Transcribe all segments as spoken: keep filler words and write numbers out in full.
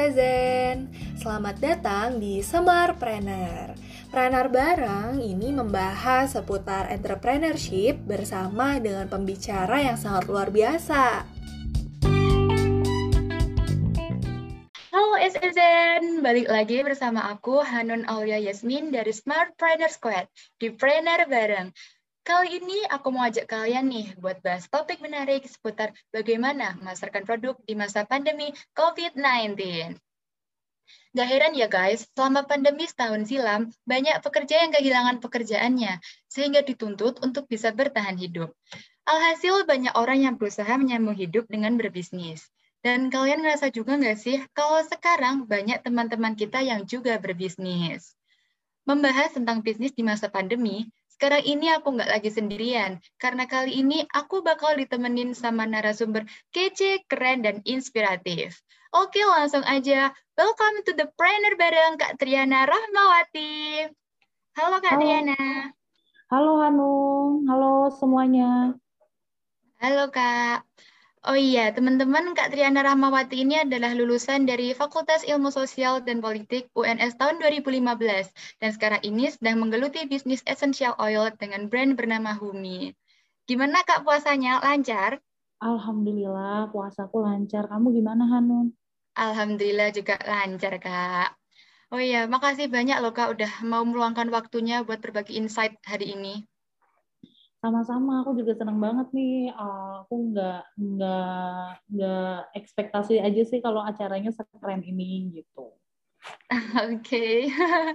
Ezen, selamat datang di Semarpreneur. Preneur Bareng ini membahas seputar entrepreneurship bersama dengan pembicara yang sangat luar biasa. Halo S E Z N, balik lagi bersama aku Hanun Aulia Yasmin dari Smartpreneur Squad di Preneur Bareng. Kali ini aku mau ajak kalian nih buat bahas topik menarik seputar bagaimana memasarkan produk di masa pandemi covid sembilan belas. Gak heran ya guys, selama pandemi setahun silam, banyak pekerja yang kehilangan pekerjaannya, sehingga dituntut untuk bisa bertahan hidup. Alhasil banyak orang yang berusaha menyambung hidup dengan berbisnis. Dan kalian ngerasa juga nggak sih, kalau sekarang banyak teman-teman kita yang juga berbisnis? Membahas tentang bisnis di masa pandemi, sekarang ini aku nggak lagi sendirian, karena kali ini aku bakal ditemenin sama narasumber kece, keren, dan inspiratif. Oke, langsung aja. Welcome to the Planner bareng Kak Triana Rahmawati. Halo Kak Halo, Triana. halo Hanung, halo semuanya. Halo Kak. Oh iya, teman-teman, Kak Triana Rahmawati ini adalah lulusan dari Fakultas Ilmu Sosial dan Politik U N S tahun dua ribu lima belas, dan sekarang ini sedang menggeluti bisnis essential oil dengan brand bernama Humi. Gimana Kak puasanya? Lancar? Alhamdulillah, puasaku lancar. Kamu gimana, Hanun? Alhamdulillah juga lancar, Kak. Oh iya, makasih banyak loh Kak udah mau meluangkan waktunya buat berbagi insight hari ini. Sama-sama, aku juga senang banget nih. Uh, aku nggak nggak nggak ekspektasi aja sih kalau acaranya sekeren ini gitu. Oke,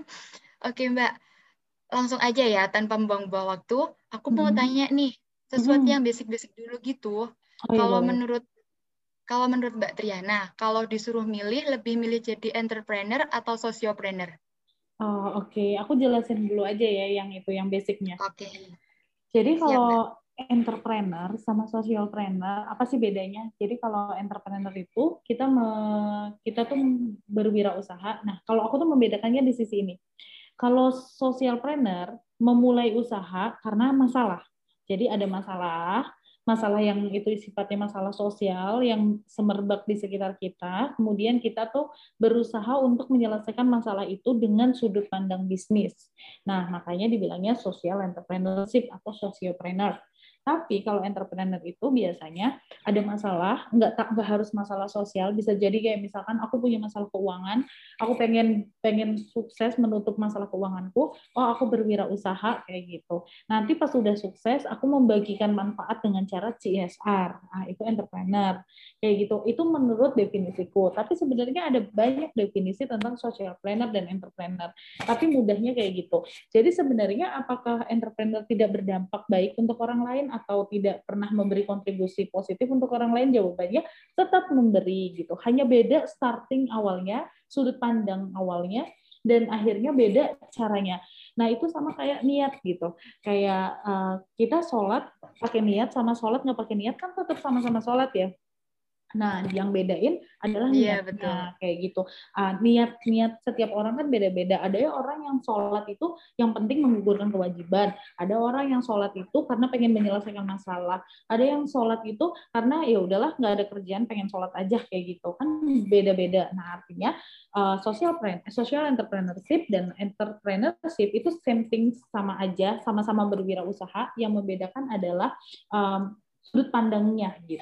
Oke Mbak, langsung aja ya tanpa membuang-buang waktu. Aku mau Mm-mm. tanya nih sesuatu Mm-mm. yang basic-basic dulu gitu. Oh iya Kalau boleh. menurut kalau menurut Mbak Triana, kalau disuruh milih lebih milih jadi entrepreneur atau sociopreneur? Oh, Oke, Aku jelasin dulu aja ya yang itu, yang basicnya. Oke, Jadi siap Mbak. kalau entrepreneur sama socialpreneur apa sih bedanya? Jadi kalau entrepreneur itu kita me, kita tuh berwirausaha. Nah, kalau aku tuh membedakannya di sisi ini. Kalau socialpreneur memulai usaha karena masalah. Jadi ada masalah, masalah yang itu sifatnya masalah sosial yang semerbak di sekitar kita. Kemudian kita tuh berusaha untuk menyelesaikan masalah itu dengan sudut pandang bisnis. Nah, makanya dibilangnya social entrepreneurship atau sociopreneur. Tapi kalau entrepreneur itu biasanya ada masalah, nggak tak nggak harus masalah sosial, bisa jadi kayak misalkan aku punya masalah keuangan, aku pengen pengen sukses menutup masalah keuanganku, oh aku berwirausaha kayak gitu. Nanti pas sudah sukses, aku membagikan manfaat dengan cara C S R. Nah, itu entrepreneur. Kayak gitu. Itu menurut definisiku. Tapi sebenarnya ada banyak definisi tentang social planner dan entrepreneur. Tapi mudahnya kayak gitu. Jadi sebenarnya apakah entrepreneur tidak berdampak baik untuk orang lain atau tidak pernah memberi kontribusi positif untuk orang lain? Jawabannya tetap memberi gitu. Hanya beda starting awalnya, sudut pandang awalnya, dan akhirnya beda caranya. Nah itu sama kayak niat gitu. Kayak uh, kita sholat pakai niat sama sholat nggak pakai niat kan tetap sama-sama sholat ya. Nah, yang bedain adalah Iya, betul. niatnya kayak gitu. Uh, niat-niat setiap orang kan beda-beda. Ada ya orang yang sholat itu yang penting menggugurkan kewajiban. Ada orang yang sholat itu karena pengen menyelesaikan masalah. Ada yang sholat itu karena ya udahlah nggak ada kerjaan pengen sholat aja kayak gitu. Kan beda-beda. Nah, artinya uh, social social entrepreneurship dan entrepreneurship itu same thing, sama aja, sama-sama berwirausaha. Yang membedakan adalah um, sudut pandangnya gitu.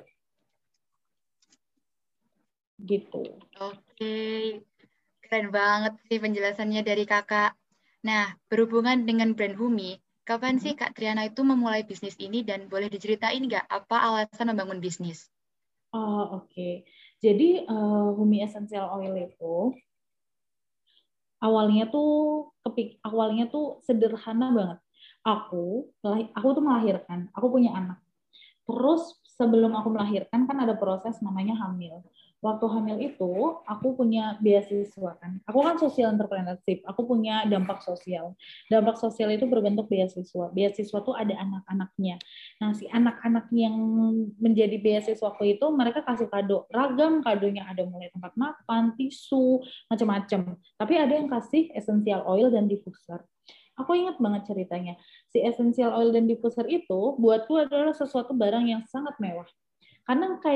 Gitu. Oke, keren banget sih penjelasannya dari kakak. Nah, berhubungan dengan brand Humi, kapan sih Kak Triana itu memulai bisnis ini dan boleh diceritain nggak apa alasan membangun bisnis? Oh, oke. Okay. Jadi uh, Humi Essential Oil itu awalnya tuh kepik awalnya tuh sederhana banget. Aku aku tuh melahirkan, aku punya anak. Terus sebelum aku melahirkan kan ada proses namanya hamil. Waktu hamil itu aku punya beasiswa kan. Aku kan social entrepreneurship, aku punya dampak sosial. Dampak sosial itu berbentuk beasiswa. Beasiswa tuh ada anak-anaknya. Nah, si anak-anak yang menjadi beasiswaku itu mereka kasih kado. Ragam kadonya, ada mulai tempat makan, tisu, macam-macam. Tapi ada yang kasih essential oil dan diffuser. Aku ingat banget ceritanya. Si essential oil dan diffuser itu buatku adalah sesuatu barang yang sangat mewah. Karena kayak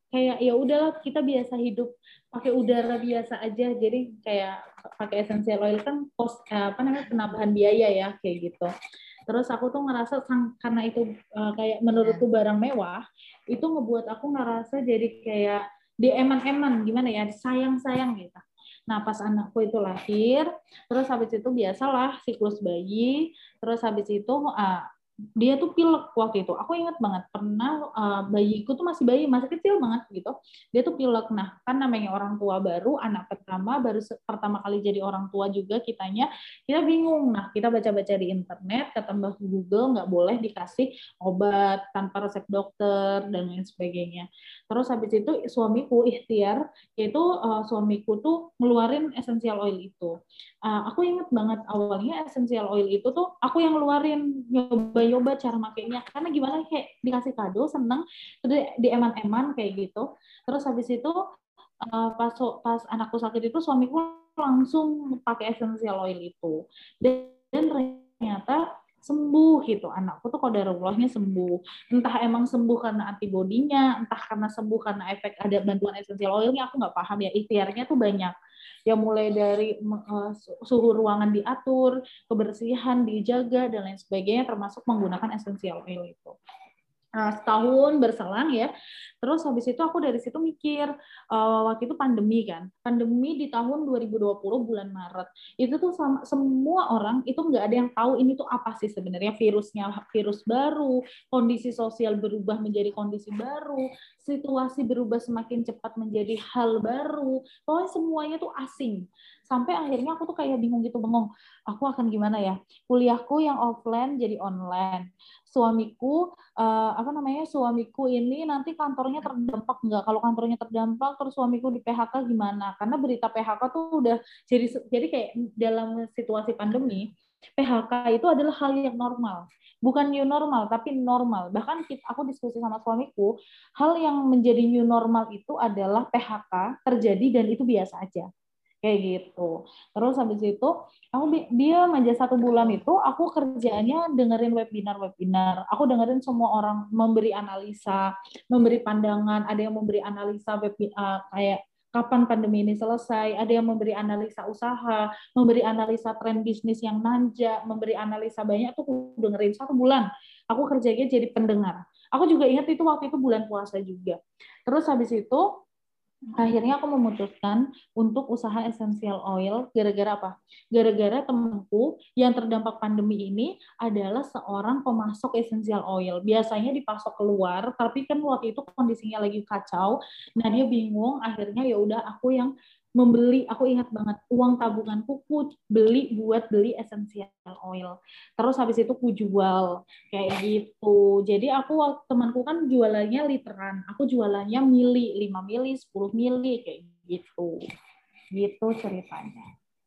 kayak ya udahlah kita biasa hidup pakai udara biasa aja, jadi kayak pakai essential oil kan cost apa namanya penambahan biaya ya kayak gitu. Terus aku tuh ngerasa karena itu uh, kayak menurutku barang mewah, itu ngebuat aku ngerasa jadi kayak dieman-eman gimana ya, sayang-sayang gitu. Nah pas anakku itu lahir, terus habis itu biasalah siklus bayi, terus habis itu uh, dia tuh pilek waktu itu. Aku ingat banget pernah uh, bayiku tuh masih bayi, masih kecil banget gitu. Dia tuh pilek. Nah, kan namanya orang tua baru, anak pertama, baru pertama kali jadi orang tua juga kitanya, kita bingung. Nah, kita baca-baca di internet, kata Mbak Google nggak boleh dikasih obat tanpa resep dokter dan lain sebagainya. Terus habis itu suamiku ikhtiar, yaitu uh, suamiku tuh ngeluarin essential oil itu. Uh, aku inget banget awalnya essential oil itu tuh aku yang ngeluarin, nyoba-nyoba cara makainya, karena gimana kayak dikasih kado seneng, terus di eman-eman kayak gitu. Terus habis itu uh, pas pas anakku sakit itu suamiku langsung pakai essential oil itu, dan, dan ternyata sembuh gitu. Anakku tuh qadarullahnya sembuh, entah emang sembuh karena antibodinya, entah karena sembuh karena efek ada bantuan essential oilnya, aku nggak paham ya. Ikhtiarnya tuh banyak ya, mulai dari uh, suhu ruangan diatur, kebersihan dijaga dan lain sebagainya, termasuk menggunakan essential oil itu. Nah, setahun berselang ya, terus habis itu aku dari situ mikir, uh, waktu itu pandemi kan, pandemi di tahun dua ribu dua puluh bulan Maret, itu tuh sama, semua orang itu nggak ada yang tahu ini tuh apa sih sebenarnya, virusnya virus baru, kondisi sosial berubah menjadi kondisi baru, situasi berubah semakin cepat menjadi hal baru, pokoknya semuanya tuh asing, sampai akhirnya aku tuh kayak bingung gitu, bengong, aku akan gimana ya, kuliahku yang offline jadi online, suamiku uh, apa namanya suamiku ini nanti kantornya terdampak nggak? Kalau kantornya terdampak terus suamiku di P H K gimana? Karena berita P H K tuh udah jadi jadi kayak dalam situasi pandemi P H K itu adalah hal yang normal, bukan new normal tapi normal. Bahkan aku diskusi sama suamiku, hal yang menjadi new normal itu adalah P H K terjadi dan itu biasa aja. Kayak gitu. Terus habis itu aku dia aja satu bulan itu aku kerjaannya dengerin webinar-webinar. Aku dengerin semua orang memberi analisa, memberi pandangan. Ada yang memberi analisa webinar uh, kayak kapan pandemi ini selesai. Ada yang memberi analisa usaha, memberi analisa tren bisnis yang nanjak, memberi analisa banyak. Tuh aku dengerin satu bulan. Aku kerjanya jadi pendengar. Aku juga ingat itu waktu itu bulan puasa juga. Terus habis itu akhirnya aku memutuskan untuk usaha essential oil gara-gara apa? Gara-gara temanku yang terdampak pandemi ini adalah seorang pemasok essential oil. Biasanya dipasok keluar, tapi kan waktu itu kondisinya lagi kacau. Nah, dia bingung, akhirnya ya udah aku yang membeli, aku ingat banget uang tabunganku ku beli buat beli essential oil. Terus habis itu ku jual kayak gitu. Jadi aku temanku kan jualannya literan, aku jualannya mili, lima mili, sepuluh mili kayak gitu. Gitu ceritanya.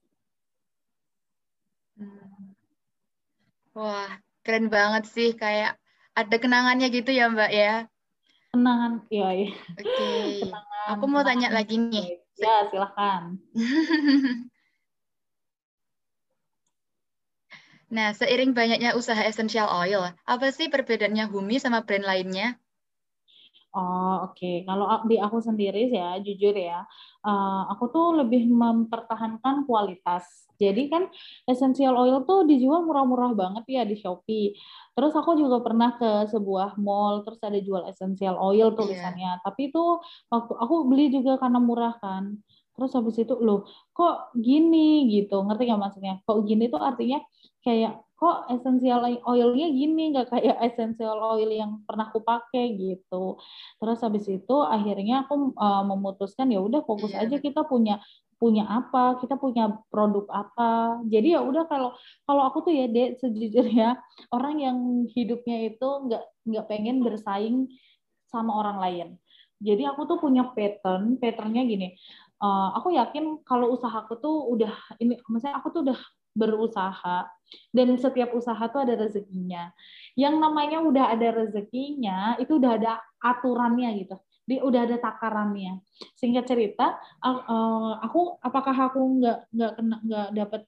Hmm. Wah, keren banget sih, kayak ada kenangannya gitu ya, Mbak ya. Kenangan, ya, ya. Oke. Okay. Kenangan, aku mau kenangan tanya lagi nih. Ya, silahkan. Nah, seiring banyaknya usaha essential oil, apa sih perbedaannya Humi sama brand lainnya? Oh, oke. Okay. Kalau di aku sendiri ya, jujur ya, uh, aku tuh lebih mempertahankan kualitas. Jadi kan essential oil tuh dijual murah-murah banget ya di Shopee. Terus aku juga pernah ke sebuah mall, terus ada jual essential oil tulisannya. Yeah. Tapi itu waktu aku beli juga karena murah kan. Terus habis itu, loh, kok gini gitu, ngerti nggak maksudnya? Kok gini tuh artinya kayak, kok essential oilnya gini, nggak kayak essential oil yang pernah aku pakai gitu. Terus habis itu akhirnya aku uh, memutuskan ya udah fokus yeah. aja kita punya punya apa, kita punya produk apa. Jadi ya udah kalau kalau aku tuh ya Dek, sejujurnya orang yang hidupnya itu nggak nggak pengen bersaing sama orang lain. Jadi aku tuh punya pattern, patternnya gini. Uh, aku yakin kalau usahaku tuh udah ini, maksudnya aku tuh udah berusaha dan setiap usaha tuh ada rezekinya. Yang namanya udah ada rezekinya itu udah ada aturannya gitu. Dia udah ada takarannya. Singkat cerita, uh, aku apakah aku nggak nggak kena nggak dapat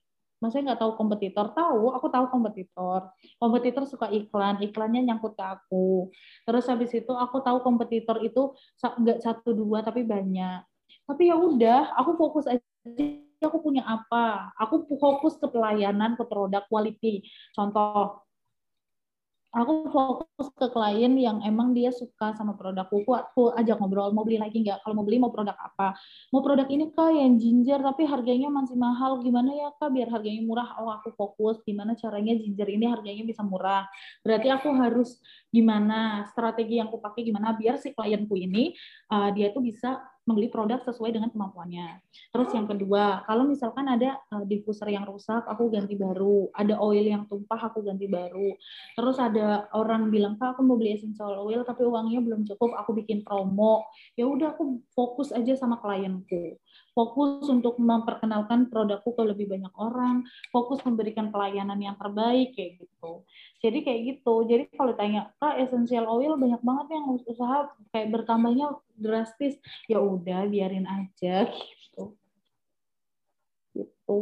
Maksudnya nggak tahu kompetitor? Tahu, aku tahu kompetitor. Kompetitor suka iklan, iklannya nyangkut ke aku. Terus habis itu aku tahu kompetitor itu nggak satu dua tapi banyak. Tapi ya udah, aku fokus aja. Aku punya apa? Aku fokus ke pelayanan, ke produk quality. Contoh, aku fokus ke klien yang emang dia suka sama produkku, aku ajak ngobrol, mau beli lagi nggak? Kalau mau beli mau produk apa? Mau produk ini kak yang ginger tapi harganya masih mahal, gimana ya kak biar harganya murah? Oh aku fokus gimana caranya ginger ini harganya bisa murah. Berarti aku harus gimana strategi yang aku pakai gimana biar si klienku ini uh, dia tuh bisa membeli produk sesuai dengan kemampuannya. Terus yang kedua, kalau misalkan ada uh, diffuser yang rusak, aku ganti baru. Ada oil yang tumpah, aku ganti baru. Terus ada orang bilang, Kak, aku mau beli essential oil, tapi uangnya belum cukup, aku bikin promo. Ya udah, aku fokus aja sama klienku. Fokus untuk memperkenalkan produkku ke lebih banyak orang, fokus memberikan pelayanan yang terbaik, kayak gitu. Jadi kayak gitu. Jadi kalau tanya, Kak, essential oil banyak banget yang usaha kayak bertambahnya drastis. Ya udah, biarin aja gitu. Gitu.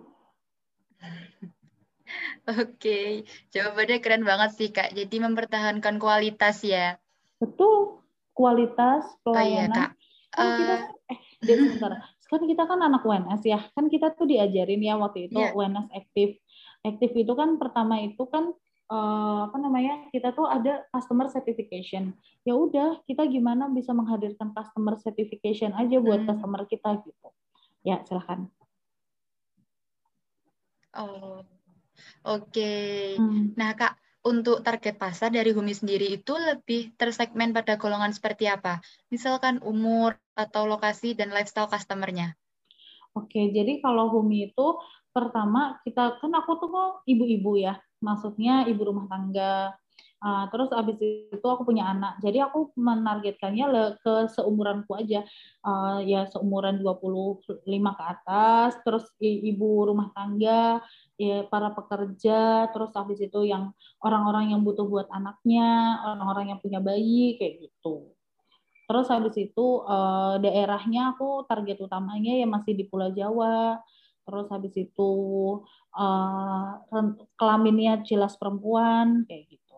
Oke, jawabannya keren banget sih Kak. Jadi mempertahankan kualitas ya. Betul, kualitas Oh iya pelayanan. Kak. Kan kita Uh, kan, eh, Dek, sebentar. Kan kita kan anak U N S ya. Kan kita tuh diajarin ya waktu itu ya, U N S aktif. Aktif itu kan pertama itu kan eh, apa namanya? Kita tuh ada customer certification. Ya udah, kita gimana bisa menghadirkan customer certification aja buat hmm. customer kita gitu. Ya, silahkan. Oh, oke. Okay. Hmm. Nah Kak, untuk target pasar dari Humi sendiri itu lebih tersegmen pada golongan seperti apa? Misalkan umur atau lokasi dan lifestyle customer-nya. Oke, jadi kalau Humi itu pertama kita kan aku tuh kok ibu-ibu ya, maksudnya ibu rumah tangga. Uh, terus abis itu aku punya anak, jadi aku menargetkannya le, ke seumuranku aja, uh, ya seumuran dua puluh lima ke atas, terus ibu rumah tangga, ya para pekerja, terus abis itu yang orang-orang yang butuh buat anaknya, orang-orang yang punya bayi, kayak gitu. Terus habis itu uh, daerahnya aku target utamanya ya masih di Pulau Jawa. Terus habis itu uh, kelaminnya jelas perempuan kayak gitu.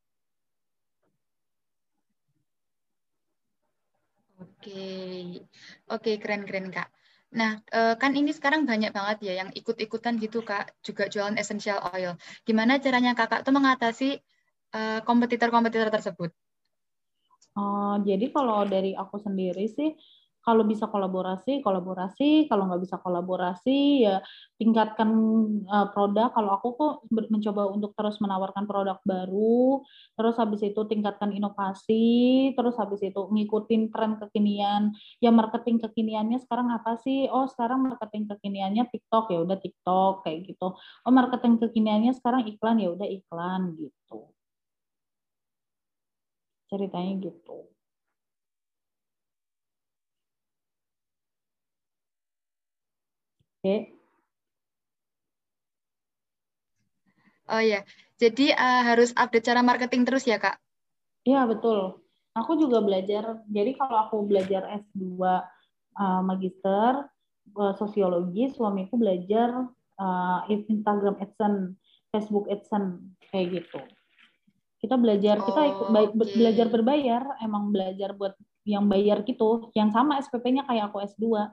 Oke, oke keren-keren Kak. Nah, kan ini sekarang banyak banget ya yang ikut-ikutan gitu Kak, juga jualan essential oil. Gimana caranya Kakak tuh mengatasi kompetitor-kompetitor tersebut? Uh, jadi kalau dari aku sendiri sih, kalau bisa kolaborasi, kolaborasi. Kalau nggak bisa kolaborasi, ya tingkatkan uh, produk. Kalau aku kok mencoba untuk terus menawarkan produk baru, terus habis itu tingkatkan inovasi, terus habis itu ngikutin tren kekinian. Ya marketing kekiniannya sekarang apa sih? Oh sekarang marketing kekiniannya TikTok, ya udah TikTok kayak gitu. Oh marketing kekiniannya sekarang iklan, ya udah iklan gitu. Ceritanya gitu. Oke. Oh ya, jadi uh, harus update cara marketing terus ya Kak? Iya, betul. Aku juga belajar, jadi kalau aku belajar S dua uh, magister uh, sosiologi, suamiku belajar uh, Instagram AdSense, Facebook AdSense, kayak gitu. Kita belajar, kita ikut Oh, oke. belajar berbayar, emang belajar buat yang bayar gitu, yang sama S P P-nya kayak aku S dua.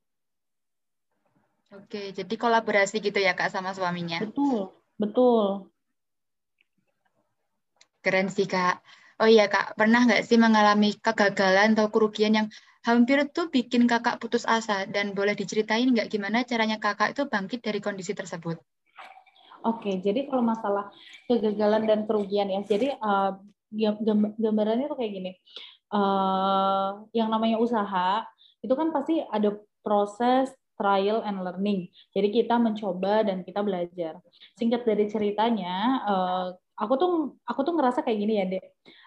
Oke, jadi kolaborasi gitu ya Kak sama suaminya? Betul, betul. Keren sih Kak. Oh iya Kak, pernah nggak sih mengalami kegagalan atau kerugian yang hampir tuh bikin Kakak putus asa? Dan boleh diceritain nggak gimana caranya Kakak itu bangkit dari kondisi tersebut? Oke, jadi kalau masalah kegagalan dan kerugian ya, jadi uh, gambarannya tuh kayak gini. Uh, yang namanya usaha itu kan pasti ada proses trial and learning. Jadi kita mencoba dan kita belajar. Singkat dari ceritanya, uh, aku tuh aku tuh ngerasa kayak gini ya, Dek.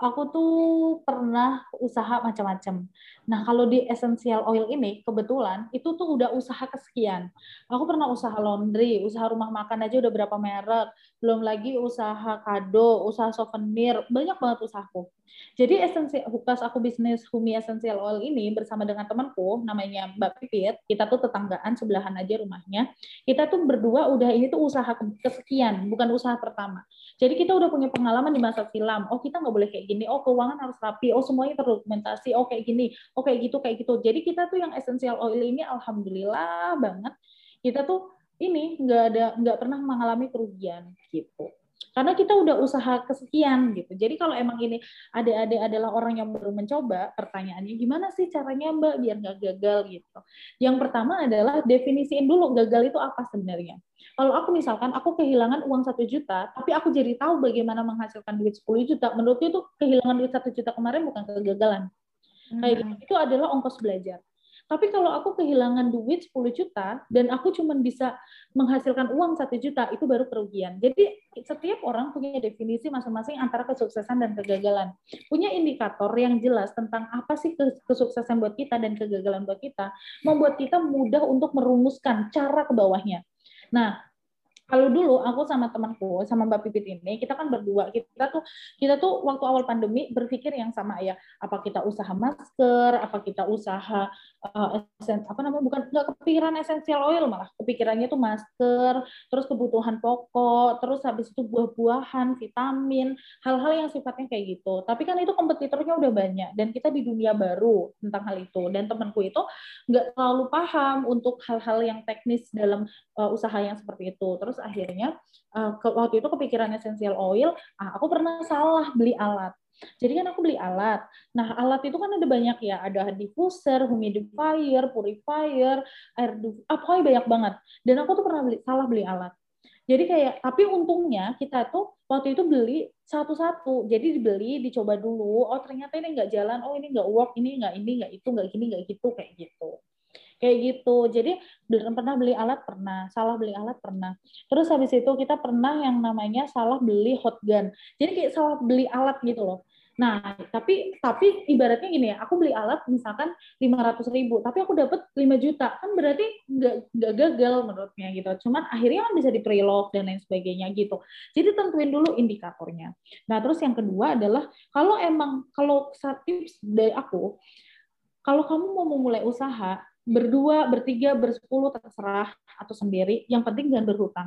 Aku tuh pernah usaha macam-macam. Nah, kalau di essential oil ini kebetulan itu tuh udah usaha kesekian. Aku pernah usaha laundry, usaha rumah makan aja udah berapa merek, belum lagi usaha kado, usaha souvenir, banyak banget usahaku. Jadi essential pas aku bisnis Humi Essential Oil ini bersama dengan temanku namanya Mbak Pipit, kita tuh tetanggaan sebelahan aja rumahnya. Kita tuh berdua udah ini tuh usaha kesekian, bukan usaha pertama. Jadi kita udah punya pengalaman di masa silam. Oh, kita nggak boleh kayak gini. Oh, keuangan harus rapi. Oh, semuanya terdokumentasi. Oh, kayak gini. Oh, kayak gitu, kayak gitu. Jadi kita tuh yang essential oil ini alhamdulillah banget. Kita tuh ini nggak ada nggak pernah mengalami kerugian gitu. Karena kita udah usaha kesekian gitu. Jadi kalau emang ini adik-adik adalah orang yang baru mencoba, pertanyaannya gimana sih caranya Mbak biar nggak gagal gitu. Yang pertama adalah definisiin dulu gagal itu apa sebenarnya. Kalau aku misalkan aku kehilangan uang satu juta, tapi aku jadi tahu bagaimana menghasilkan duit sepuluh juta, menurutku itu kehilangan duit satu juta kemarin bukan kegagalan. Kayak gitu, itu adalah ongkos belajar. Tapi kalau aku kehilangan duit sepuluh juta dan aku cuma bisa menghasilkan uang satu juta, itu baru kerugian. Jadi setiap orang punya definisi masing-masing antara kesuksesan dan kegagalan. Punya indikator yang jelas tentang apa sih kesuksesan buat kita dan kegagalan buat kita, membuat kita mudah untuk merumuskan cara ke bawahnya. Nah, kalau dulu aku sama temanku, sama Mbak Pipit ini, kita kan berdua, kita tuh kita tuh waktu awal pandemi berpikir yang sama ya, apa kita usaha masker, apa kita usaha uh, esen, apa namanya bukan nggak kepikiran essential oil malah, kepikirannya tuh masker, terus kebutuhan pokok, terus habis itu buah-buahan, vitamin, hal-hal yang sifatnya kayak gitu. Tapi kan itu kompetitornya udah banyak dan kita di dunia baru tentang hal itu. Dan temanku itu nggak terlalu paham untuk hal-hal yang teknis dalam uh, usaha yang seperti itu. Terus akhirnya uh, ke, waktu itu kepikiran essential oil, ah, aku pernah salah beli alat. Jadi kan aku beli alat. Nah, alat itu kan ada banyak ya, ada diffuser, humidifier, purifier, air apa banyak banget. Dan aku tuh pernah beli salah beli alat. Jadi kayak, tapi untungnya kita tuh waktu itu beli satu-satu. Jadi dibeli, dicoba dulu. Oh ternyata ini nggak jalan. Oh ini nggak work. Ini nggak ini nggak itu nggak gini nggak gitu kayak gitu. Kayak gitu. Jadi belum pernah beli alat pernah, salah beli alat pernah. Terus habis itu kita pernah yang namanya salah beli hot gun. Jadi kayak salah beli alat gitu loh. Nah, tapi tapi ibaratnya gini ya, aku beli alat misalkan lima ratus ribu, tapi aku dapat lima juta, kan berarti nggak nggak gagal menurutnya gitu. Cuman akhirnya kan bisa di pre-log dan lain sebagainya gitu. Jadi tentuin dulu indikatornya. Nah, terus yang kedua adalah kalau emang kalau tips dari aku, kalau kamu mau memulai usaha, berdua, bertiga, bersepuluh, terserah, atau sendiri, yang penting jangan berhutang.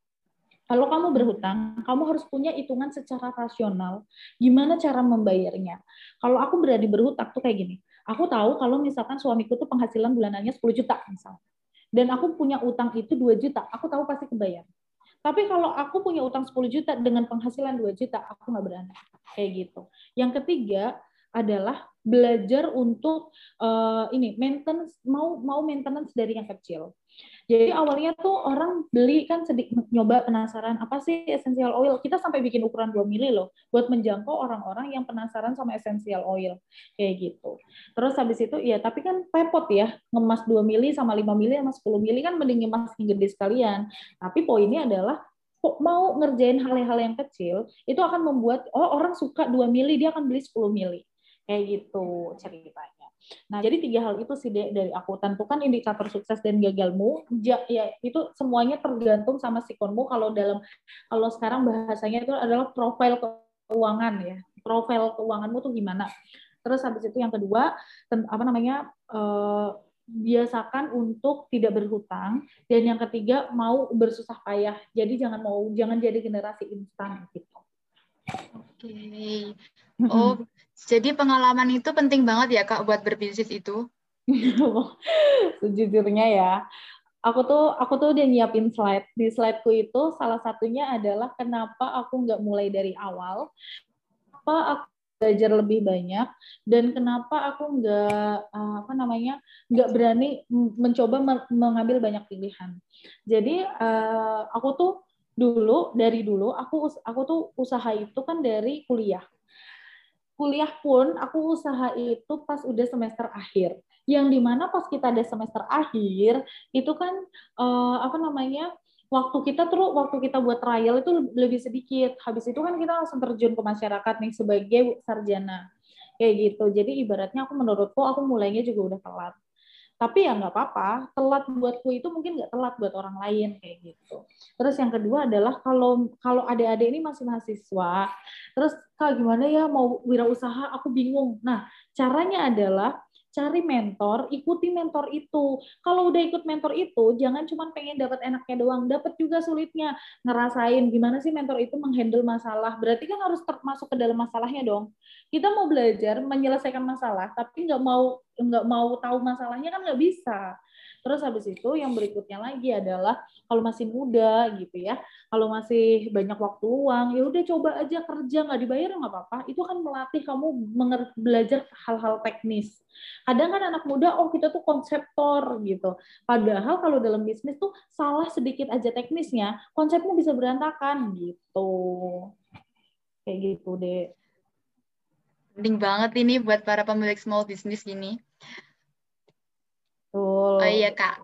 Kalau kamu berhutang, kamu harus punya hitungan secara rasional, gimana cara membayarnya. Kalau aku berani berhutang tuh kayak gini, aku tahu kalau misalkan suamiku tuh penghasilan bulanannya sepuluh juta misalnya, dan aku punya utang itu dua juta, aku tahu pasti kebayar. Tapi kalau aku punya utang sepuluh juta dengan penghasilan dua juta, aku nggak berani. Kayak gitu. Yang ketiga adalah belajar untuk uh, ini maintenance mau mau maintenance dari yang kecil. Jadi awalnya tuh orang beli kan sedikit nyoba penasaran apa sih essential oil. Kita sampai bikin ukuran dua mili loh buat menjangkau orang-orang yang penasaran sama essential oil kayak gitu. Terus habis itu ya tapi kan repot ya ngemas dua mili sama lima mili sama sepuluh mili kan mending ngemas yang gede sekalian. Tapi poinnya adalah kok mau ngerjain hal-hal yang kecil itu akan membuat oh orang suka dua mili dia akan beli sepuluh mili. Kayak gitu ceritanya. Nah, jadi tiga hal itu sih dari aku. Tentukan indikator sukses dan gagalmu. Ya, ya itu semuanya tergantung sama sikonmu. Kalau dalam kalau sekarang bahasanya itu adalah profil keuangan ya. Profil keuanganmu tuh gimana? Terus habis itu yang kedua, apa namanya? Eh, biasakan untuk tidak berhutang dan yang ketiga mau bersusah payah. Jadi jangan mau jangan jadi generasi instan gitu. Oke. Oh, jadi pengalaman itu penting banget ya Kak buat berbisnis itu? Sejujurnya ya, aku tuh aku tuh udah nyiapin slide. Di slideku itu salah satunya adalah kenapa aku nggak mulai dari awal, apa aku belajar lebih banyak, dan kenapa aku nggak apa namanya nggak berani mencoba mengambil banyak pilihan. Jadi aku tuh dulu dari dulu aku aku tuh usaha itu kan dari kuliah. Kuliah pun aku usaha itu pas udah semester akhir. Yang dimana pas kita ada semester akhir itu kan uh, apa namanya waktu kita terus waktu kita buat trial itu lebih sedikit. Habis itu kan kita langsung terjun ke masyarakat nih sebagai sarjana kayak gitu. Jadi ibaratnya aku menurutku aku mulainya juga udah telat. Tapi ya nggak apa-apa, telat buatku itu mungkin nggak telat buat orang lain kayak gitu. Terus yang kedua adalah kalau kalau adik-adik ini masih mahasiswa, terus Kak gimana ya mau wirausaha, aku bingung. Nah, caranya adalah cari mentor, ikuti mentor itu. Kalau udah ikut mentor itu, jangan cuma pengen dapat enaknya doang, dapat juga sulitnya. Ngerasain gimana sih mentor itu menghandle masalah. Berarti kan harus termasuk ke dalam masalahnya dong. Kita mau belajar menyelesaikan masalah, tapi nggak mau nggak mau tahu masalahnya kan nggak bisa. Terus habis itu yang berikutnya lagi adalah kalau masih muda gitu ya, kalau masih banyak waktu luang, ya udah coba aja kerja nggak dibayar nggak apa-apa. Itu kan melatih kamu belajar hal-hal teknis. Kadang kan anak muda, oh kita tuh konseptor gitu. Padahal kalau dalam bisnis tuh salah sedikit aja teknisnya, konsepnya bisa berantakan gitu. Kayak gitu deh. Penting banget ini buat para pemilik small business gini. Betul. Oh iya Kak.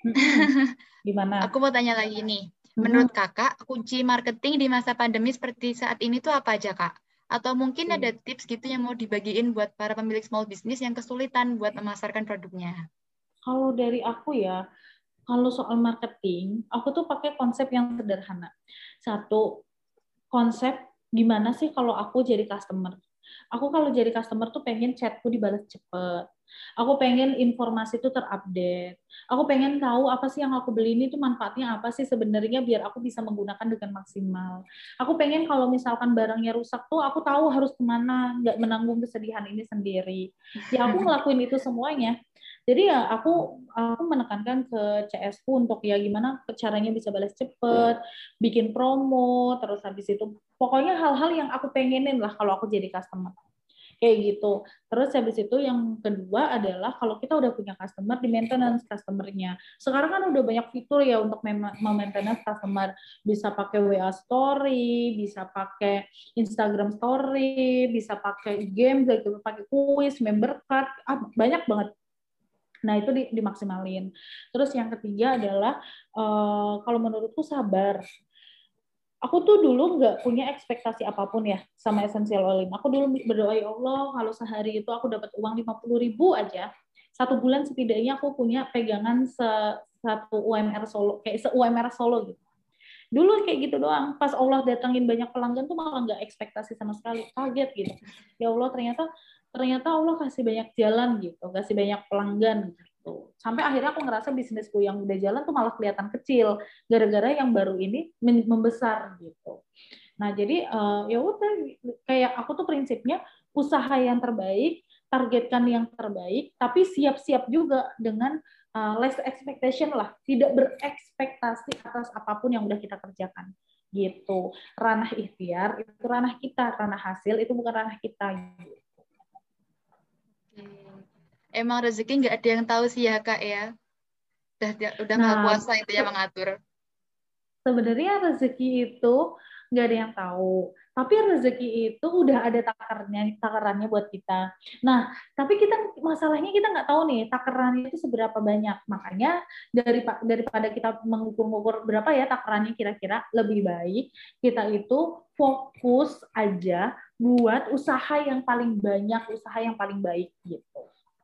Gimana? Aku mau tanya lagi nih. Menurut Kakak, kunci marketing di masa pandemi seperti saat ini tuh apa aja Kak? Atau mungkin ada tips gitu yang mau dibagiin buat para pemilik small business yang kesulitan buat memasarkan produknya? Kalau dari aku ya, kalau soal marketing, aku tuh pakai konsep yang sederhana. Satu, konsep gimana sih kalau aku jadi customer. Aku kalau jadi customer tuh pengen chatku dibalas cepet. Aku pengen informasi itu terupdate. Aku pengen tahu apa sih yang aku beli ini tuh manfaatnya apa sih sebenarnya biar aku bisa menggunakan dengan maksimal. Aku pengen kalau misalkan barangnya rusak tuh aku tahu harus kemana, nggak menanggung kesedihan ini sendiri. Ya aku ngelakuin itu semuanya. Jadi ya aku aku menekankan ke C S-ku untuk ya gimana caranya bisa balas cepet, bikin promo, terus habis itu pokoknya hal-hal yang aku pengenin lah kalau aku jadi customer. Kayak gitu. Terus habis itu yang kedua adalah kalau kita udah punya customer, di maintenance customer-nya. Sekarang kan udah banyak fitur ya untuk mem-maintenance customer. Bisa pakai W A story, bisa pakai Instagram story, bisa pakai game, bisa pakai quiz, member card, ah, banyak banget. Nah, itu dimaksimalin. Terus yang ketiga adalah uh, kalau menurutku sabar. Aku tuh dulu nggak punya ekspektasi apapun ya sama Essential Oil. Aku dulu berdoa, ya Allah, kalau sehari itu aku dapat uang lima puluh ribu aja, satu bulan setidaknya aku punya pegangan se satu U M R Solo, kayak se-U M R Solo gitu. Dulu kayak gitu doang. Pas Allah datangin banyak pelanggan tuh malah nggak ekspektasi sama sekali. Kaget gitu. Ya Allah, ternyata ternyata Allah kasih banyak jalan gitu, kasih banyak pelanggan gitu. Sampai akhirnya aku ngerasa bisnisku yang udah jalan tuh malah kelihatan kecil gara-gara yang baru ini membesar gitu. Nah, jadi uh, ya udah kayak aku tuh prinsipnya usaha yang terbaik, targetkan yang terbaik, tapi siap-siap juga dengan uh, less expectation lah, tidak berekspektasi atas apapun yang udah kita kerjakan gitu. Ranah ikhtiar itu ranah kita, ranah hasil itu bukan ranah kita gitu. Emang rezeki nggak ada yang tahu sih ya Kak ya. Udah udah nah, nggak kuasa itu yang mengatur. Sebenarnya rezeki itu nggak ada yang tahu. Tapi rezeki itu udah ada takarnya, takarannya buat kita. Nah, tapi kita masalahnya kita nggak tahu nih takarannya itu seberapa banyak. Makanya dari daripada kita mengukur-ukur berapa ya takarannya kira-kira, lebih baik kita itu fokus aja buat usaha yang paling banyak, usaha yang paling baik gitu.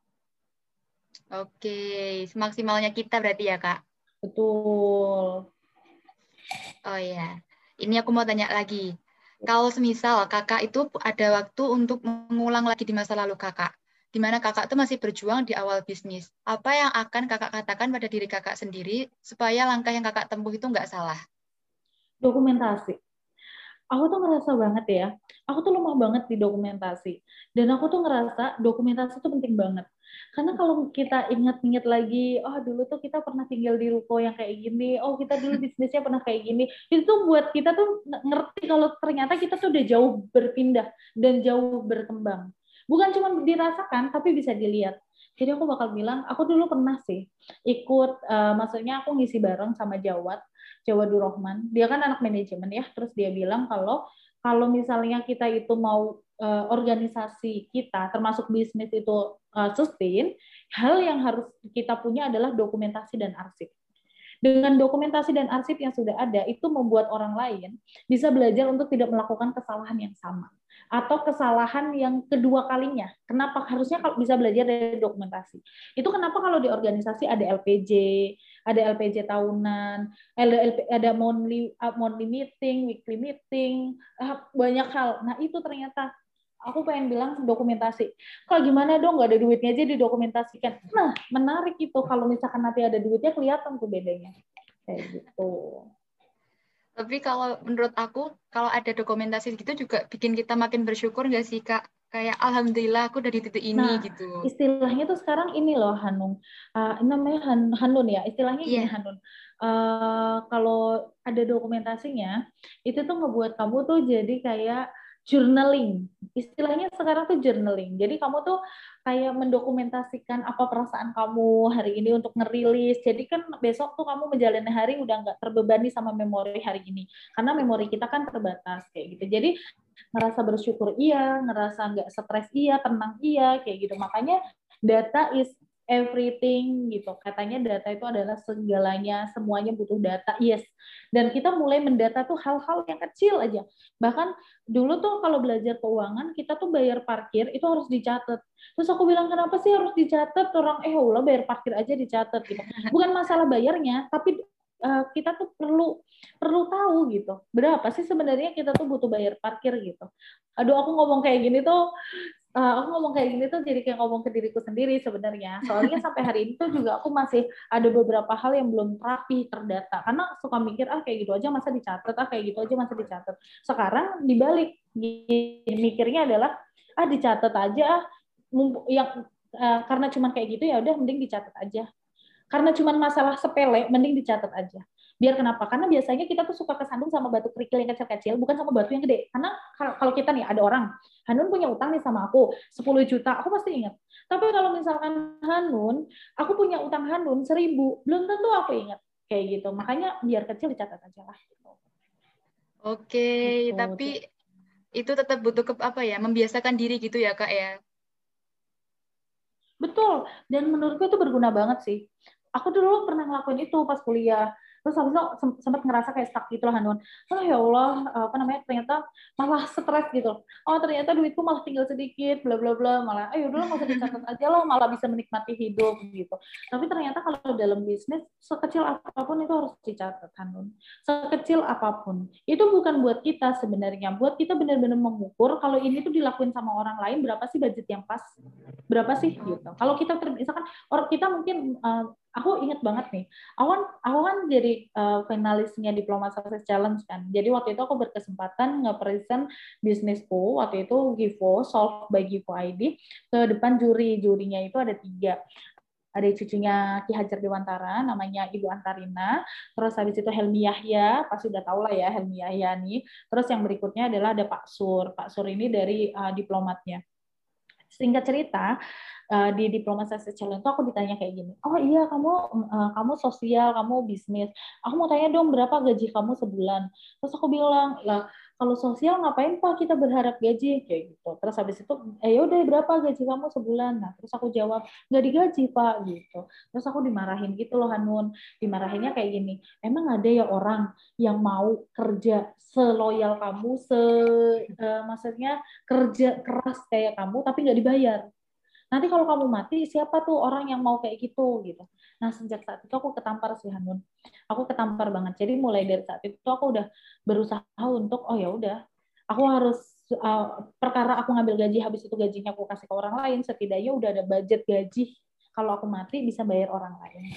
Oke, semaksimalnya kita berarti ya Kak. Betul. Oh ya, ini aku mau tanya lagi. Kalau semisal kakak itu ada waktu untuk mengulang lagi di masa lalu kakak, di mana kakak itu masih berjuang di awal bisnis, apa yang akan kakak katakan pada diri kakak sendiri supaya langkah yang kakak tempuh itu nggak salah? Dokumentasi. Aku tuh ngerasa banget ya, aku tuh lemah banget di dokumentasi. Dan aku tuh ngerasa dokumentasi itu penting banget. Karena kalau kita ingat-ingat lagi, oh dulu tuh kita pernah tinggal di ruko yang kayak gini, oh kita dulu bisnisnya pernah kayak gini, itu tuh buat kita tuh ngerti kalau ternyata kita tuh udah jauh berpindah dan jauh berkembang. Bukan cuma dirasakan, tapi bisa dilihat. Jadi aku bakal bilang, aku dulu pernah sih ikut, uh, maksudnya aku ngisi bareng sama Jawat, Jawadur Rahman. Dia kan anak manajemen ya, terus dia bilang kalau kalau misalnya kita itu mau uh, organisasi kita, termasuk bisnis itu uh, sustain, hal yang harus kita punya adalah dokumentasi dan arsip. Dengan dokumentasi dan arsip yang sudah ada, itu membuat orang lain bisa belajar untuk tidak melakukan kesalahan yang sama atau kesalahan yang kedua kalinya. Kenapa? Harusnya kalau bisa belajar dari dokumentasi. Itu kenapa kalau di organisasi ada L P J, ada L P J tahunan, ada L P, ada monthly monthly meeting, weekly meeting, banyak hal. Nah, itu ternyata aku pengen bilang dokumentasi. Kalau gimana dong, nggak ada duitnya aja didokumentasikan. Nah, menarik itu. Kalau misalkan nanti ada duitnya, kelihatan tuh bedanya. Kayak gitu. Tapi kalau menurut aku, kalau ada dokumentasi gitu juga bikin kita makin bersyukur nggak sih, Kak? Kayak alhamdulillah aku udah di titik ini Nah, gitu. istilahnya tuh sekarang ini loh, Hanung. Uh, namanya Han, Hanun ya. Istilahnya gini, Iya. Hanun. Uh, kalau ada dokumentasinya, itu tuh ngebuat kamu tuh jadi kayak journaling. Istilahnya sekarang tuh journaling. Jadi kamu tuh kayak mendokumentasikan apa perasaan kamu hari ini untuk ngerilis. Jadi kan besok tuh kamu menjalani hari udah nggak terbebani sama memori hari ini. Karena memori kita kan terbatas kayak gitu. Jadi ngerasa bersyukur iya, ngerasa nggak stres iya, tenang iya, kayak gitu. Makanya data is everything gitu. Katanya data itu adalah segalanya, semuanya butuh data. Yes. Dan kita mulai mendata tuh hal-hal yang kecil aja. Bahkan dulu tuh kalau belajar keuangan, kita tuh bayar parkir itu harus dicatat. Terus aku bilang, kenapa sih harus dicatat? Orang, eh Allah bayar parkir aja dicatat gitu. Bukan masalah bayarnya, tapi uh, kita tuh perlu perlu tahu gitu. Berapa sih sebenarnya kita tuh butuh bayar parkir gitu. Aduh, aku ngomong kayak gini tuh uh, aku ngomong kayak gini tuh jadi kayak ngomong ke diriku sendiri sebenarnya. Soalnya sampai hari ini tuh juga aku masih ada beberapa hal yang belum rapi terdata. Karena suka mikir, ah kayak gitu aja masa dicatat, ah kayak gitu aja masa dicatat. Sekarang dibalik, mikirnya adalah, ah dicatat aja, ah yang uh, karena cuman kayak gitu ya udah mending dicatat aja. Karena cuman masalah sepele, mending dicatat aja. Biar kenapa? Karena biasanya kita tuh suka kesandung sama batu kerikil yang kecil-kecil, bukan sama batu yang gede. Karena kalau kita nih, ada orang, Hanun punya utang nih sama aku, sepuluh juta, aku pasti ingat. Tapi kalau misalkan Hanun, aku punya utang Hanun seribu, belum tentu aku ingat. Kayak gitu. Makanya biar kecil dicatat aja lah. Oke, gitu. tapi itu tetap butuh ke, apa ya, membiasakan diri gitu ya, Kak ya? Betul, dan menurutku itu berguna banget sih. Aku dulu pernah ngelakuin itu pas kuliah. Terus habis itu sempat ngerasa kayak stuck gitu lah, Hanun. Oh ya Allah, apa namanya, ternyata malah stres gitu. Oh ternyata duitku malah tinggal sedikit, bla bla bla. Malah, ayo dulu nggak usah dicatat aja lah, malah bisa menikmati hidup gitu. Tapi ternyata kalau dalam bisnis, sekecil apapun itu harus dicatat, Hanun. Sekecil apapun. Itu bukan buat kita sebenarnya. Buat kita benar-benar mengukur, kalau ini tuh dilakuin sama orang lain, berapa sih budget yang pas? Berapa sih gitu. Kalau kita misalkan orang kita mungkin uh, aku ingat banget nih. Awan aku kan jadi uh, finalisnya Diploma Success Challenge kan. Jadi waktu itu aku berkesempatan nge-present bisnisku waktu itu Givo Solve by Givo I D ke depan juri. Jurinya itu ada tiga. Ada cucunya Ki Hajar Dewantara, namanya Ibu Antarina. Terus habis itu Helmi Yahya, pasti udah tahu lah ya Helmi Yahya nih. Terus yang berikutnya adalah ada Pak Sur. Pak Sur ini dari uh, diplomatnya. Singkat cerita, uh, di Diploma Success Challenge itu aku ditanya kayak gini, oh iya kamu uh, kamu sosial, kamu bisnis, aku mau tanya dong berapa gaji kamu sebulan. Terus aku bilang, lah kalau sosial ngapain Pak kita berharap gaji kayak gitu. Terus habis itu, eh yaudah berapa gaji kamu sebulan? Nah terus aku jawab, nggak digaji Pak gitu. Terus aku dimarahin gitu loh Hanun, dimarahinnya kayak gini, emang ada ya orang yang mau kerja seloyal kamu, se uh, maksudnya kerja keras kayak kamu tapi nggak dibayar. Nanti kalau kamu mati, siapa tuh orang yang mau kayak gitu gitu. Nah sejak saat itu aku ketampar sih Hanun, aku ketampar banget. Jadi mulai dari saat itu aku udah berusaha untuk oh ya udah, aku harus uh, perkara aku ngambil gaji habis itu gajinya aku kasih ke orang lain, setidaknya udah ada budget gaji. Kalau aku mati bisa bayar orang lain.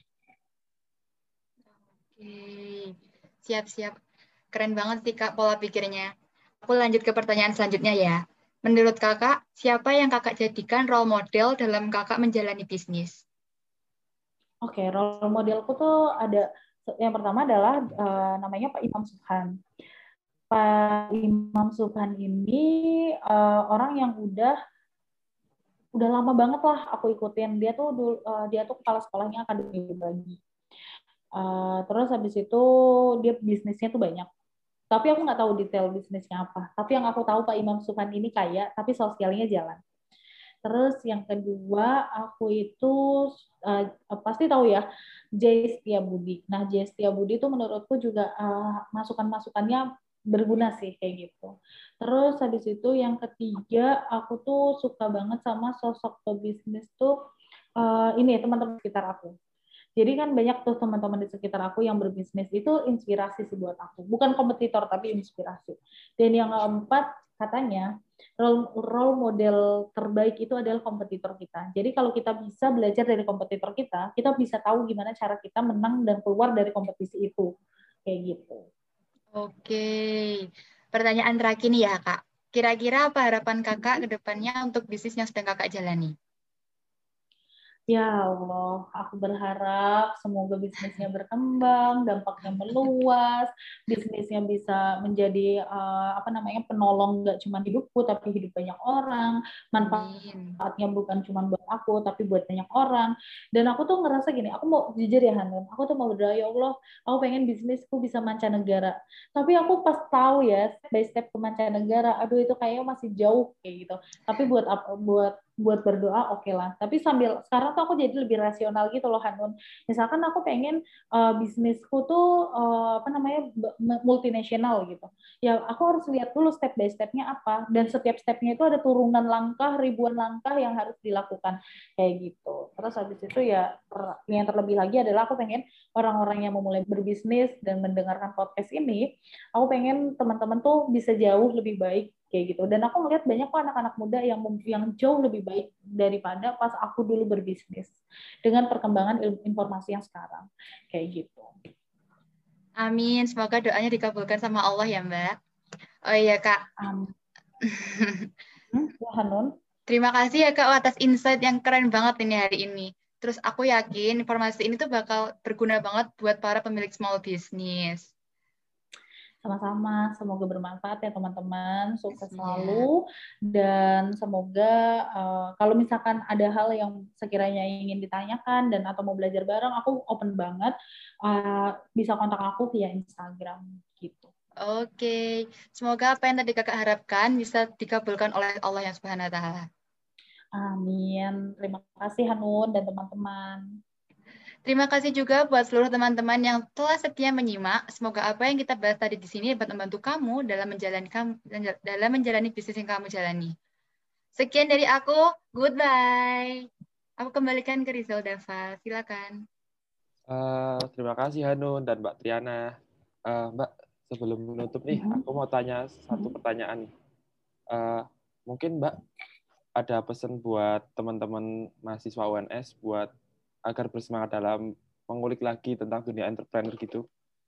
Oke, siap-siap. Keren banget sih Kak pola pikirnya. Aku lanjut ke pertanyaan selanjutnya ya. Menurut Kakak, siapa yang Kakak jadikan role model dalam Kakak menjalani bisnis? Oke, okay, role modelku tuh ada, yang pertama adalah uh, namanya Pak Imam Subhan. Pak Imam Subhan ini uh, orang yang udah udah lama banget lah aku ikutin. Dia tuh uh, dia tuh kepala sekolahnya Akademi Bagi. Uh, terus habis itu dia bisnisnya tuh banyak. Tapi aku nggak tahu detail bisnisnya apa. Tapi yang aku tahu Pak Imam Subhan ini kaya, tapi sosialnya jalan. Terus yang kedua, aku itu uh, pasti tahu ya, Jay Setiabudi. Nah, Jay Setiabudi itu menurutku juga uh, masukan-masukannya berguna sih kayak gitu. Terus habis itu yang ketiga, aku tuh suka banget sama sosok pebisnis tuh uh, ini teman-teman sekitar aku. Jadi kan banyak tuh teman-teman di sekitar aku yang berbisnis, itu inspirasi sih buat aku. Bukan kompetitor, tapi inspirasi. Dan yang keempat, katanya role, role model terbaik itu adalah kompetitor kita. Jadi kalau kita bisa belajar dari kompetitor kita, kita bisa tahu gimana cara kita menang dan keluar dari kompetisi itu. Kayak gitu. Oke, pertanyaan terakhir nih ya Kak. Kira-kira apa harapan Kakak ke depannya untuk bisnis yang sedang Kakak jalani? Ya Allah, aku berharap semoga bisnisnya berkembang, dampaknya meluas, bisnisnya bisa menjadi uh, apa namanya penolong nggak cuma hidupku tapi hidup banyak orang, Amin. manfaatnya bukan cuma buat aku tapi buat banyak orang. Dan aku tuh ngerasa gini, aku mau jujur ya Hanun, aku tuh mau berdoa ya Allah, aku pengen bisnisku bisa mancanegara. Tapi aku pas tahu ya step by step ke mancanegara, aduh itu kayaknya masih jauh kayak gitu. Tapi buat apa buat buat berdoa oke okay lah. Tapi sambil sekarang tuh aku jadi lebih rasional gitu loh Hanun. Misalkan aku pengen uh, bisnisku tuh uh, apa namanya multinasional gitu. Ya aku harus lihat dulu step by stepnya apa. Dan setiap stepnya itu ada turunan langkah, ribuan langkah yang harus dilakukan kayak gitu. Terus habis itu ya yang terlebih lagi adalah aku pengen orang-orang yang memulai berbisnis dan mendengarkan podcast ini, aku pengen teman-teman tuh bisa jauh lebih baik kayak gitu. Dan aku ngeliat banyak kok anak-anak muda yang yang jauh lebih baik daripada pas aku dulu berbisnis dengan perkembangan ilmu informasi yang sekarang kayak gitu. Amin, semoga doanya dikabulkan sama Allah ya Mbak. Oh iya Kak. Um, hmm, ya Hanun. Terima kasih ya Kak atas insight yang keren banget ini hari ini. Terus aku yakin informasi ini tuh bakal berguna banget buat para pemilik small business. Sama-sama, semoga bermanfaat ya teman-teman, sukses Ya. selalu, dan semoga uh, kalau misalkan ada hal yang sekiranya ingin ditanyakan dan atau mau belajar bareng, aku open banget, uh, bisa kontak aku via Instagram gitu. Oke, semoga apa yang tadi Kakak harapkan bisa dikabulkan oleh Allah yang Subhanahu wa taala. Amin. Terima kasih Hanun dan teman-teman. Terima kasih juga buat seluruh teman-teman yang telah setia menyimak. Semoga apa yang kita bahas tadi di sini dapat membantu kamu dalam menjalani kamu dalam menjalani bisnis yang kamu jalani. Sekian dari aku, goodbye. Aku kembalikan ke Rizal Dava, silakan. Uh, terima kasih Hanun dan Mbak Triana. Uh, Mbak, sebelum menutup nih, Mm-hmm. aku mau tanya satu pertanyaan. Uh, mungkin Mbak ada pesan buat teman-teman mahasiswa U N S buat agar bersemangat dalam mengulik lagi tentang dunia entrepreneur gitu?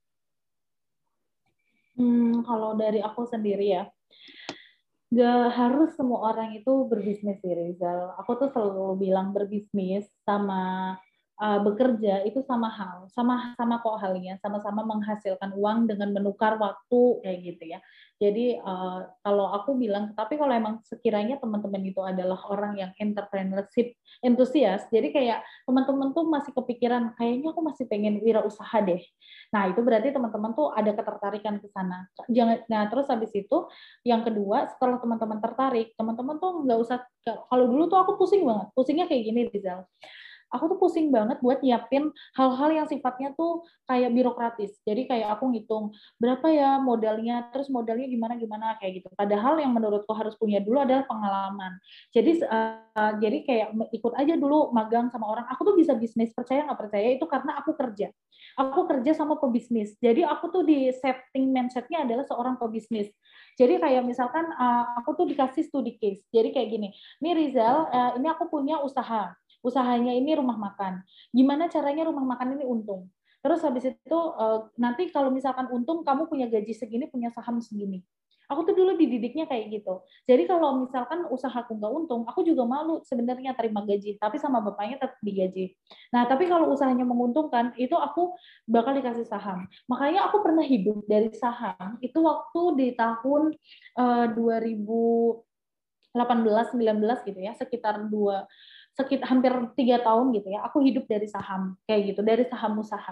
Hmm, kalau dari aku sendiri ya, gak harus semua orang itu berbisnis sih Rizal. Aku tuh selalu bilang berbisnis sama uh, bekerja itu sama hal, sama sama kok halnya, sama-sama menghasilkan uang dengan menukar waktu kayak gitu ya. Jadi uh, kalau aku bilang, tapi kalau emang sekiranya teman-teman itu adalah orang yang entrepreneurship entusias, jadi kayak teman-teman tuh masih kepikiran, kayaknya aku masih pengen wirausaha deh. Nah itu berarti teman-teman tuh ada ketertarikan ke sana. Jangan, nah terus habis itu yang kedua setelah teman-teman tertarik, teman-teman tuh nggak usah, kalau dulu tuh aku pusing banget, pusingnya kayak gini Rizal. Aku tuh pusing banget buat nyiapin hal-hal yang sifatnya tuh kayak birokratis. Jadi kayak aku ngitung berapa ya modalnya, terus modalnya gimana-gimana kayak gitu. Padahal yang menurutku harus punya dulu adalah pengalaman. Jadi uh, jadi kayak ikut aja dulu magang sama orang. Aku tuh bisa bisnis, percaya nggak percaya itu karena aku kerja. Aku kerja sama pebisnis. Jadi aku tuh di setting mindsetnya adalah seorang pebisnis. Jadi kayak misalkan uh, aku tuh dikasih studi case. Jadi kayak gini, nih Rizal, uh, ini aku punya usaha. Usahanya ini rumah makan. Gimana caranya rumah makan ini untung? Terus habis itu nanti kalau misalkan untung kamu punya gaji segini, punya saham segini. Aku tuh dulu dididiknya kayak gitu. Jadi kalau misalkan usahaku nggak untung, aku juga malu sebenarnya terima gaji, tapi sama bapaknya tetap digaji. Nah, tapi kalau usahanya menguntungkan, itu aku bakal dikasih saham. Makanya aku pernah hidup dari saham itu waktu di tahun uh, dua ribu delapan belas sembilan belas gitu ya, sekitar dua sekitar hampir tiga tahun gitu ya, aku hidup dari saham kayak gitu, dari saham usaha.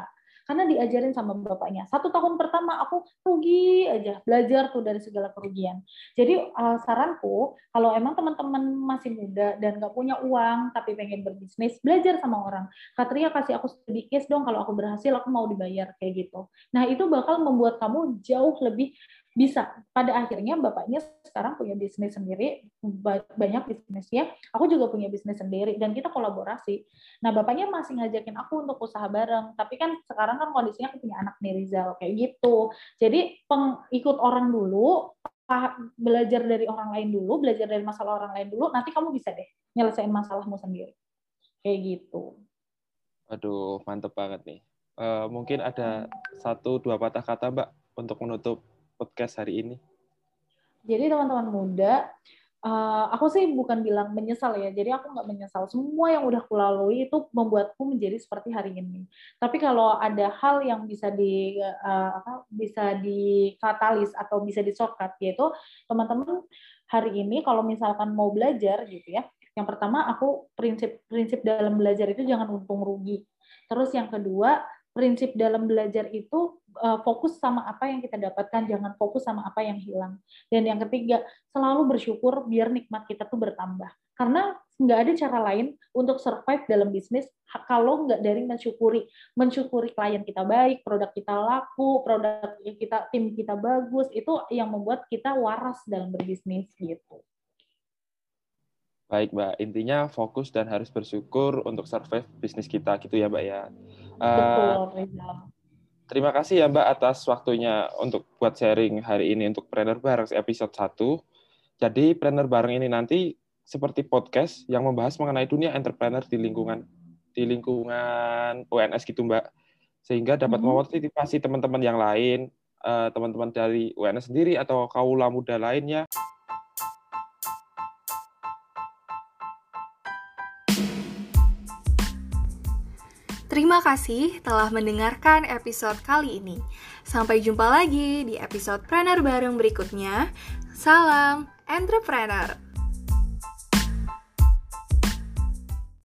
Karena diajarin sama bapaknya. Satu tahun pertama aku rugi aja, belajar tuh dari segala kerugian. Jadi uh, saranku, kalau emang teman-teman masih muda dan nggak punya uang tapi pengen berbisnis, belajar sama orang. Katria kasih aku studi case dong, kalau aku berhasil aku mau dibayar kayak gitu. Nah itu bakal membuat kamu jauh lebih bisa. Pada akhirnya bapaknya sekarang punya bisnis sendiri, banyak bisnisnya, aku juga punya bisnis sendiri, dan kita kolaborasi. Nah bapaknya masih ngajakin aku untuk usaha bareng, tapi kan sekarang kan kondisinya aku punya anak nih, Rizal, kayak gitu. Jadi pengikut orang dulu, belajar dari orang lain dulu, belajar dari masalah orang lain dulu, nanti kamu bisa deh nyelesain masalahmu sendiri. Kayak gitu. Aduh, mantep banget nih. Uh, mungkin ada satu dua patah kata Mbak untuk menutup podcast hari ini. Jadi teman-teman muda, uh, aku sih bukan bilang menyesal ya. Jadi aku nggak menyesal. Semua yang udah aku lalui itu membuatku menjadi seperti hari ini. Tapi kalau ada hal yang bisa di uh, apa, bisa dikatalis atau bisa di shortcut, yaitu teman-teman hari ini kalau misalkan mau belajar gitu ya. Yang pertama aku prinsip-prinsip dalam belajar itu jangan untung rugi. Terus yang kedua, prinsip dalam belajar itu uh, fokus sama apa yang kita dapatkan, jangan fokus sama apa yang hilang. Dan yang ketiga, selalu bersyukur biar nikmat kita tuh bertambah. Karena nggak ada cara lain untuk survive dalam bisnis kalau nggak dari mensyukuri. Mensyukuri klien kita baik, produk kita laku, produk kita, tim kita bagus, itu yang membuat kita waras dalam berbisnis gitu. Baik, Mbak. Intinya fokus dan harus bersyukur untuk survive bisnis kita, gitu ya, Mbak ya. Uh, Betul, Rizal. Terima kasih ya, Mbak, atas waktunya untuk buat sharing hari ini untuk Planner Bareng episode satu. Jadi, Planner Bareng ini nanti seperti podcast yang membahas mengenai dunia entrepreneur di lingkungan di lingkungan U N S gitu, Mbak. Sehingga dapat mm-hmm. memotivasi teman-teman yang lain, uh, teman-teman dari U N S sendiri atau kaula muda lainnya. Terima kasih telah mendengarkan episode kali ini. Sampai jumpa lagi di episode Planner Bareng berikutnya. Salam entrepreneur.